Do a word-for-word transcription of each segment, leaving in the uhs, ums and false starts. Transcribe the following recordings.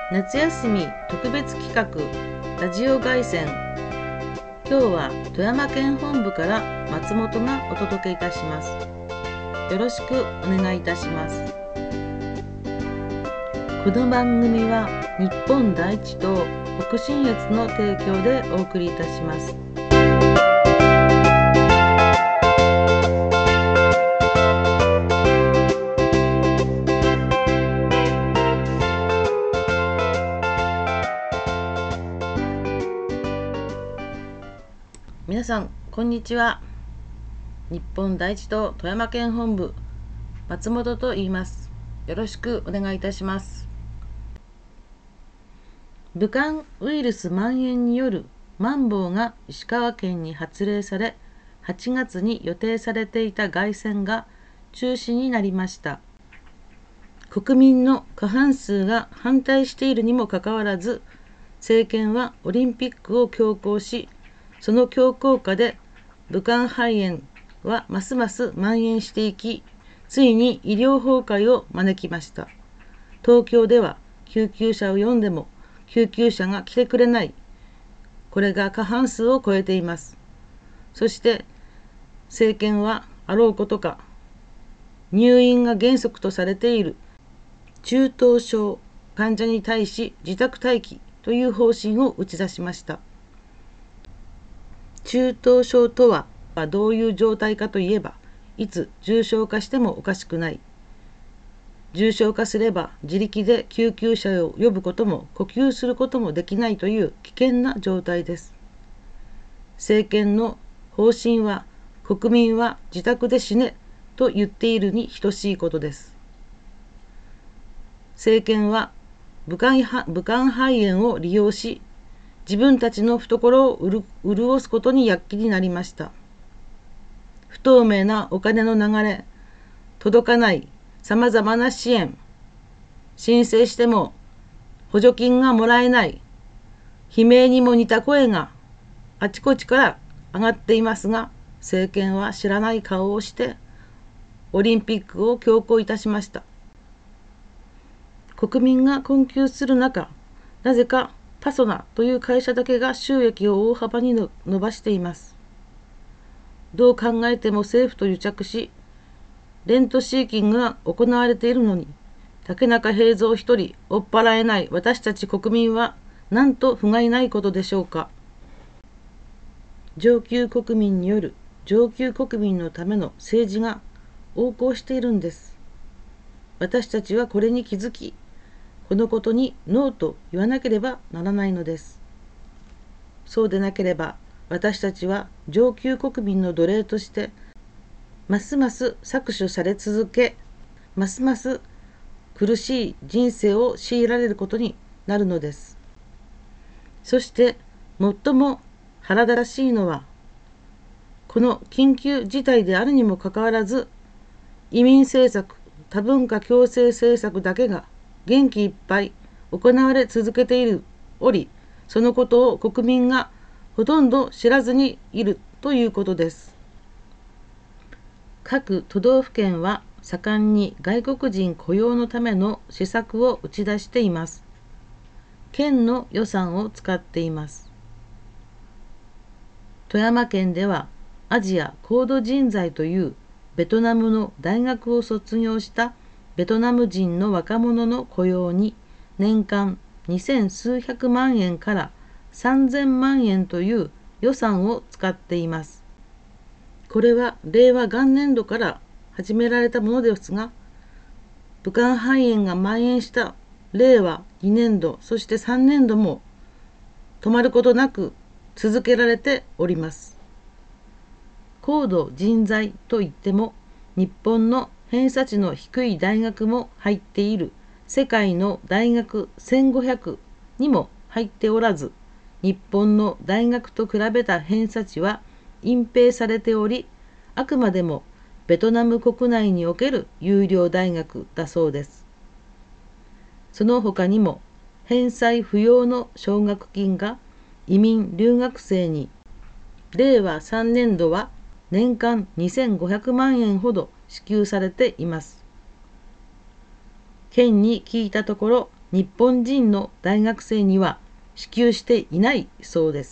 夏休み特別企画ラジオ凱旋。今日は富山県本部から松本がお届けいたします。よろしくお願いいたします。この番組は日本第一党北信越の提供でお送りいたします。皆さんこんにちは。日本第一党富山県本部松本と言います。よろしくお願いいたします。武漢ウイルス蔓延によるまん防が石川県に発令され、はちがつに予定されていた凱旋が中止になりました。国民の過半数が反対しているにもかかわらず、政権はオリンピックを強行し、その強硬下で武漢肺炎はますます蔓延していき、ついに医療崩壊を招きました。東京では救急車を呼んでも救急車が来てくれない。これが過半数を超えています。そして政権はあろうことか、入院が原則とされている中等症患者に対し自宅待機という方針を打ち出しました。中等症とはどういう状態かといえば、いつ重症化してもおかしくない。重症化すれば自力で救急車を呼ぶことも呼吸することもできないという危険な状態です。政権の方針は、国民は自宅で死ねと言っているに等しいことです。政権は武漢、武漢肺炎を利用し、自分たちの懐を潤すことに躍起になりました。不透明なお金の流れ、届かないさまざまな支援、申請しても補助金がもらえない、悲鳴にも似た声があちこちから上がっていますが、政権は知らない顔をしてオリンピックを強行いたしました。国民が困窮する中、なぜかパソナという会社だけが収益を大幅に伸ばしています。どう考えても政府と癒着し、レントシーキングが行われているのに、竹中平蔵一人追っ払えない私たち国民は、なんと不甲斐ないことでしょうか。上級国民による上級国民のための政治が横行しているんです。私たちはこれに気づき、このことにノーと言わなければならないのです。そうでなければ、私たちは上級国民の奴隷として、ますます搾取され続け、ますます苦しい人生を強いられることになるのです。そして最も腹立たしいのは、この緊急事態であるにもかかわらず、移民政策、多文化共生政策だけが元気いっぱい行われ続けているおり、そのことを国民がほとんど知らずにいるということです。各都道府県は盛んに外国人雇用のための施策を打ち出しています。県の予算を使っています。富山県ではアジア高度人材というベトナムの大学を卒業したベトナム人の若者の雇用に年間にせんすうひゃくまんえんからさんぜんまんえんという予算を使っています。これはれいわ元年度から始められたものですが、武漢肺炎が蔓延したれいわにねんど、そしてさんねんども止まることなく続けられております。高度人材といっても、日本の偏差値の低い大学も入っている世界の大学せんごひゃくにも入っておらず、日本の大学と比べた偏差値は隠蔽されており、あくまでもベトナム国内における優良大学だそうです。その他にも返済不要の奨学金が移民留学生に、れいわさんねんどは年間にせんごひゃくまんえんほど支給されています。県に聞いたところ、 日本人の大学生には支給していないそうです。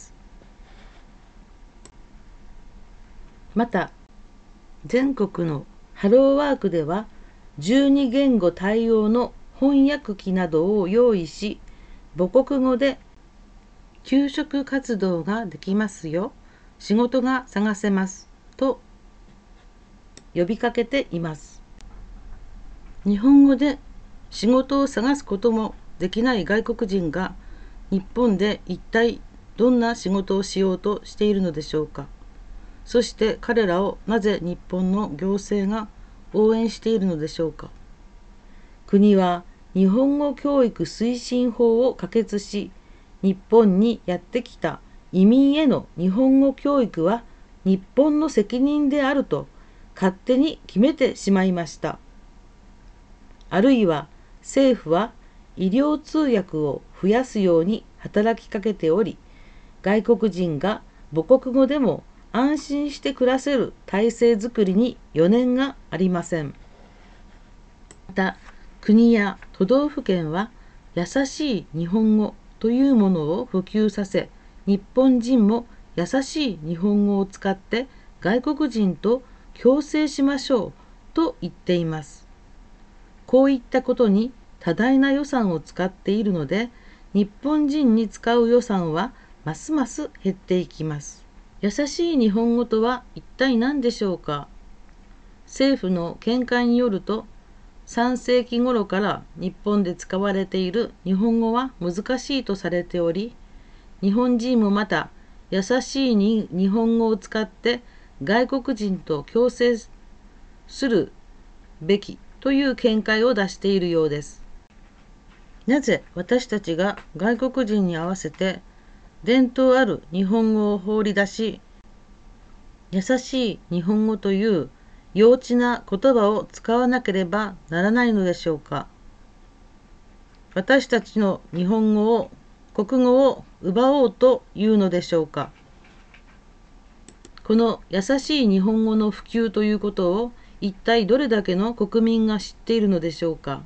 また、全国のハローワークではじゅうにげんご対応の翻訳機などを用意し、母国語で求職活動ができますよ、仕事が探せますと呼びかけています。日本語で仕事を探すこともできない外国人が日本で一体どんな仕事をしようとしているのでしょうか。そして彼らをなぜ日本の行政が応援しているのでしょうか。国は日本語教育推進法を可決し、日本にやってきた移民への日本語教育は日本の責任であると勝手に決めてしまいました。あるいは政府は医療通訳を増やすように働きかけており、外国人が母国語でも安心して暮らせる体制づくりに余念がありません。また、国や都道府県は優しい日本語というものを普及させ、日本人も優しい日本語を使って外国人と共生しましょうと言っています。こういったことに多大な予算を使っているので、日本人に使う予算はますます減っていきます。優しい日本語とは一体何でしょうか。政府の見解によると、さんせいき頃から日本で使われている日本語は難しいとされており、日本人もまた優しいに日本語を使って外国人と共生するべきという見解を出しているようです。なぜ私たちが外国人に合わせて伝統ある日本語を放り出し、優しい日本語という幼稚な言葉を使わなければならないのでしょうか。私たちの日本語を、国語を奪おうというのでしょうか。この優しい日本語の普及ということを一体どれだけの国民が知っているのでしょうか。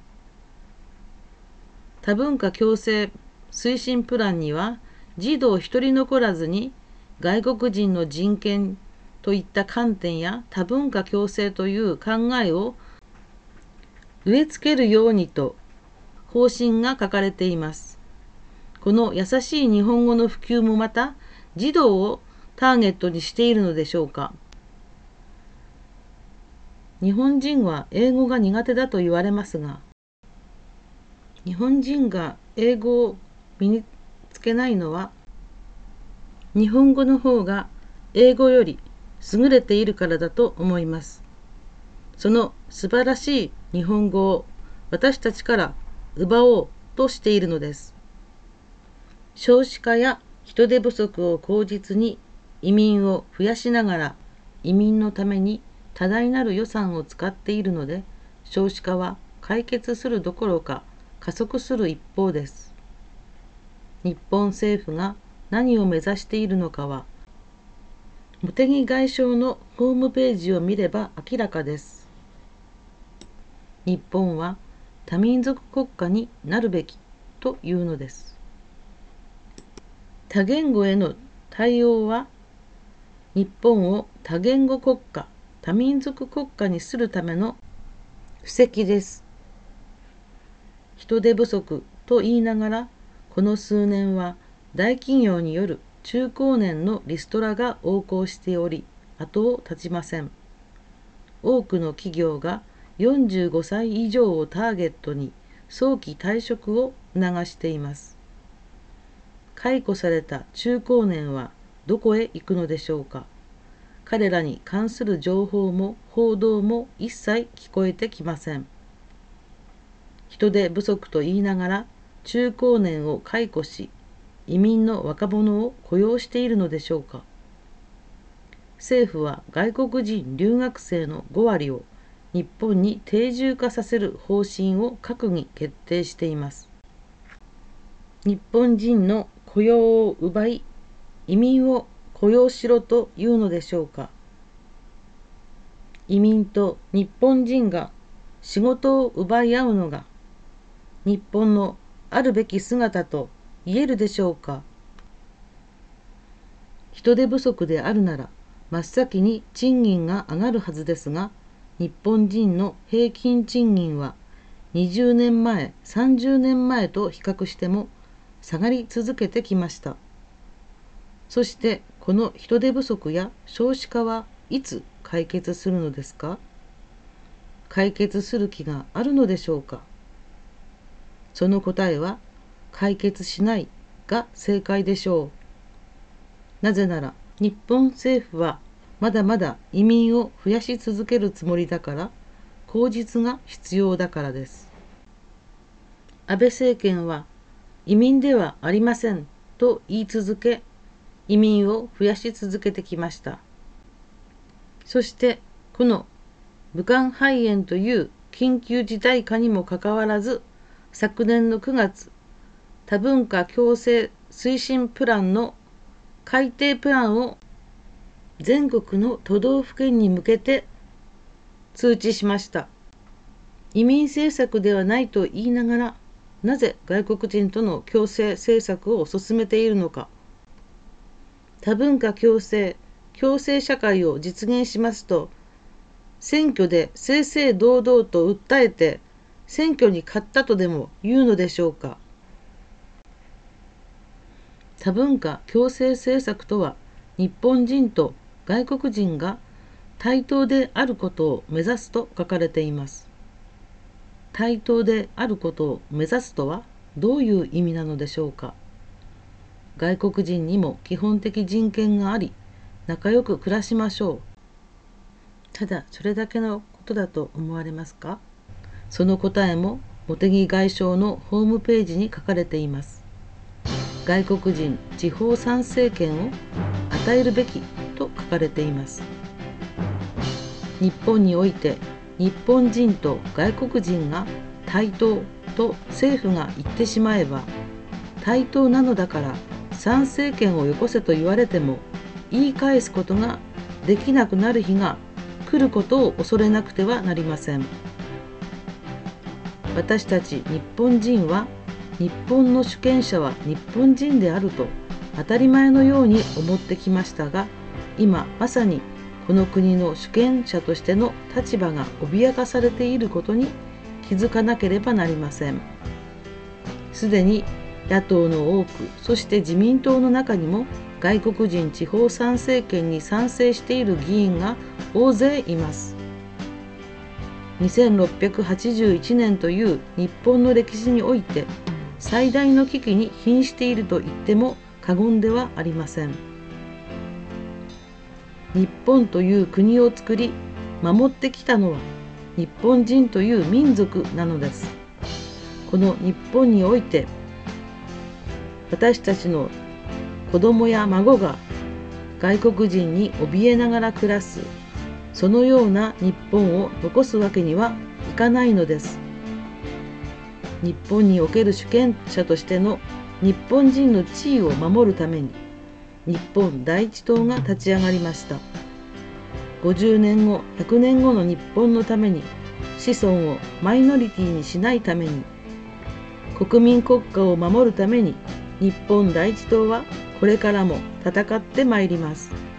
多文化共生推進プランには、児童一人残らずに外国人の人権といった観点や多文化共生という考えを植え付けるようにと方針が書かれています。この優しい日本語の普及もまた児童をターゲットにしているのでしょうか。日本人は英語が苦手だと言われますが、日本人が英語を身につけないのは、日本語の方が英語より優れているからだと思います。その素晴らしい日本語を私たちから奪おうとしているのです。少子化や人手不足を口実に移民を増やしながら、移民のために多大なる予算を使っているので、少子化は解決するどころか加速する一方です。日本政府が何を目指しているのかは、茂木外相のホームページを見れば明らかです。日本は多民族国家になるべきというのです。多言語への対応は、日本を多言語国家、多民族国家にするための布石です。人手不足と言いながら、この数年は大企業による中高年のリストラが横行しており、後を絶ちません。多くの企業がよんじゅうごさい以上をターゲットに早期退職を促しています。解雇された中高年はどこへ行くのでしょうか。彼らに関する情報も報道も一切聞こえてきません。人手不足と言いながら中高年を解雇し、移民の若者を雇用しているのでしょうか。政府は外国人留学生のごわりを日本に定住化させる方針を閣議決定しています。日本人の雇用を奪い、移民を雇用しろというのでしょうか。移民と日本人が仕事を奪い合うのが日本のあるべき姿と言えるでしょうか。人手不足であるなら真っ先に賃金が上がるはずですが、日本人の平均賃金はにじゅうねんまえ、さんじゅうねんまえと比較しても下がり続けてきました。そしてこの人手不足や少子化はいつ解決するのですか？解決する気があるのでしょうか？その答えは解決しないが正解でしょう。なぜなら日本政府はまだまだ移民を増やし続けるつもりだから、口実が必要だからです。安倍政権は移民ではありませんと言い続け、移民を増やし続けてきました。そしてこの武漢肺炎という緊急事態下にもかかわらず、昨年のくがつ、多文化共生推進プランの改定プランを全国の都道府県に向けて通知しました。移民政策ではないと言いながら、なぜ外国人との共生政策を進めているのか。多文化共生、共生社会を実現しますと、選挙で正々堂々と訴えて、選挙に勝ったとでも言うのでしょうか。多文化共生政策とは、日本人と外国人が対等であることを目指すと書かれています。対等であることを目指すとはどういう意味なのでしょうか。外国人にも基本的人権があり、仲良く暮らしましょう。ただそれだけのことだと思われますか？その答えも茂木外相のホームページに書かれています。外国人地方参政権を与えるべきと書かれています。日本において日本人と外国人が対等と政府が言ってしまえば、対等なのだから参政権をよこせと言われても言い返すことができなくなる日が来ることを恐れなくてはなりません。私たち日本人は日本の主権者は日本人であると当たり前のように思ってきましたが、今まさにこの国の主権者としての立場が脅かされていることに気づかなければなりません。すでに野党の多く、そして自民党の中にも外国人地方参政権に賛成している議員が大勢います。にせんろっぴゃくはちじゅういちねんという日本の歴史において最大の危機に瀕していると言っても過言ではありません。日本という国を作り守ってきたのは日本人という民族なのです。この日本において私たちの子供や孫が外国人に怯えながら暮らす、そのような日本を残すわけにはいかないのです。日本における主権者としての日本人の地位を守るために日本第一党が立ち上がりました。ごじゅうねんご、ひゃくねんごの日本のために、子孫をマイノリティにしないために、国民国家を守るために、日本第一党はこれからも戦ってまいります。